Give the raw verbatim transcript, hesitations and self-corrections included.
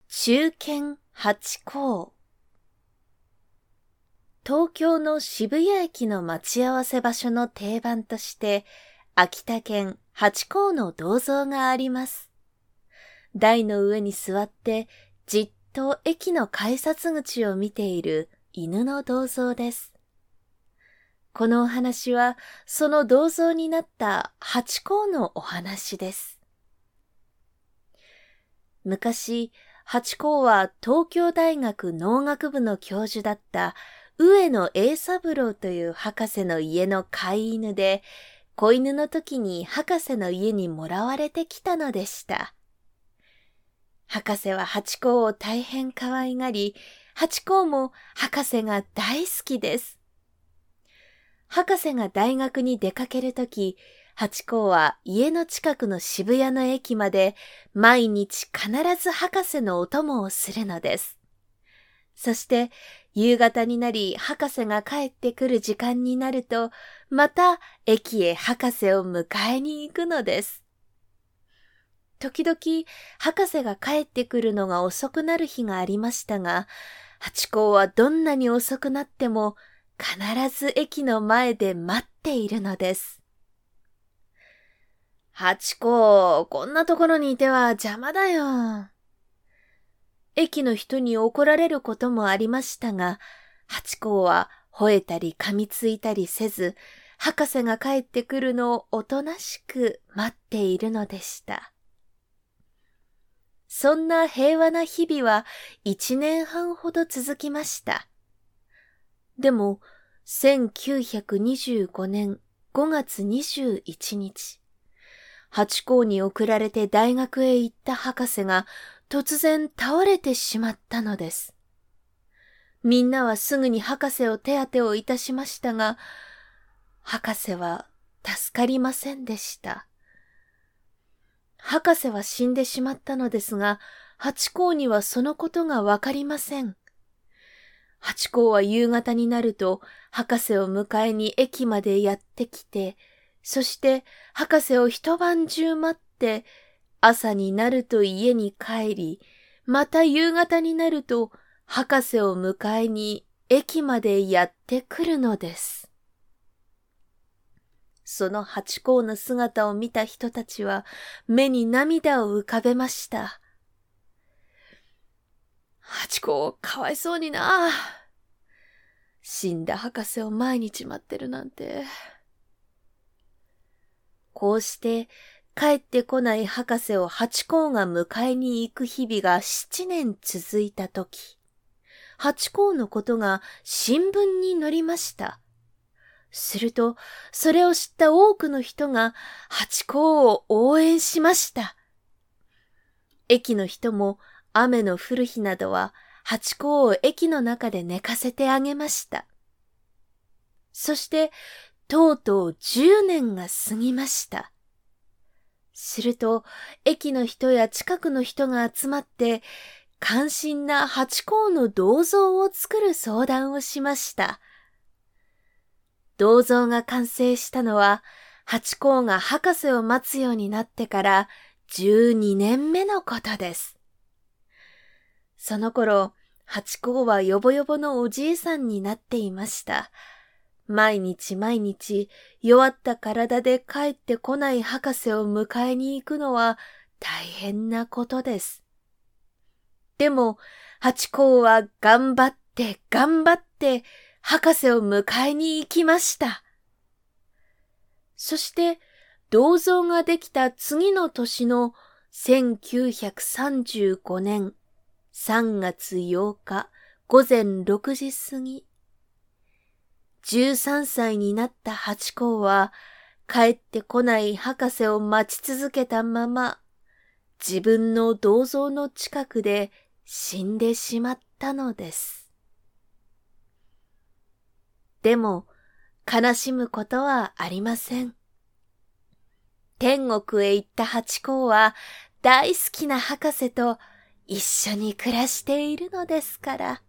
忠犬ハチ公。東京の渋谷駅の待ち合わせ場所の定番として、秋田県ハチ公の銅像があります。台の上に座って、じっと駅の改札口を見ている犬の銅像です。このお話は、その銅像になったハチ公のお話です。昔、ハチ公は東京大学農学部の教授だった上野英三郎という博士の家の飼い犬で、子犬の時に博士の家にもらわれてきたのでした。博士はハチ公を大変可愛がり、ハチ公も博士が大好きです。博士が大学に出かけるとき、ハチ公は家の近くの渋谷の駅まで毎日必ず博士のお供をするのです。そして夕方になり博士が帰ってくる時間になると、また駅へ博士を迎えに行くのです。時々博士が帰ってくるのが遅くなる日がありましたが、ハチ公はどんなに遅くなっても必ず駅の前で待っているのです。ハチ公、こんなところにいては邪魔だよ。駅の人に怒られることもありましたが、ハチ公は吠えたり噛みついたりせず、博士が帰ってくるのをおとなしく待っているのでした。そんな平和な日々は一年半ほど続きました。でも、せんきゅうひゃくにじゅうごねんごがつにじゅういちにち、ハチ公に送られて大学へ行った博士が突然倒れてしまったのです。みんなはすぐに博士を手当てをいたしましたが、博士は助かりませんでした。博士は死んでしまったのですが、ハチ公にはそのことがわかりません。ハチ公は夕方になると博士を迎えに駅までやってきて、そして博士を一晩中待って、朝になると家に帰り、また夕方になると博士を迎えに駅までやってくるのです。そのハチ公の姿を見た人たちは目に涙を浮かべました。ハチ公、かわいそうにな。死んだ博士を毎日待ってるなんて。こうして帰ってこない博士をハチ公が迎えに行く日々が七年続いたとき、ハチ公のことが新聞に載りました。すると、それを知った多くの人がハチ公を応援しました。駅の人も雨の降る日などはハチ公を駅の中で寝かせてあげました。そして、とうとうじゅうねんが過ぎました。すると、駅の人や近くの人が集まって、感心なハチ公の銅像を作る相談をしました。銅像が完成したのは、ハチ公が博士を待つようになってからじゅうにねんめのことです。その頃、ハチ公はヨボヨボのおじいさんになっていました。毎日毎日弱った体で帰ってこない博士を迎えに行くのは大変なことです。でも、ハチ公は頑張って頑張って博士を迎えに行きました。そして、銅像ができた次の年のせんきゅうひゃくさんじゅうごねんさんがつようかごぜんろくじ過ぎ、じゅうさんさいになったハチ公は帰ってこない博士を待ち続けたまま自分の銅像の近くで死んでしまったのです。でも悲しむことはありません。天国へ行ったハチ公は大好きな博士と一緒に暮らしているのですから。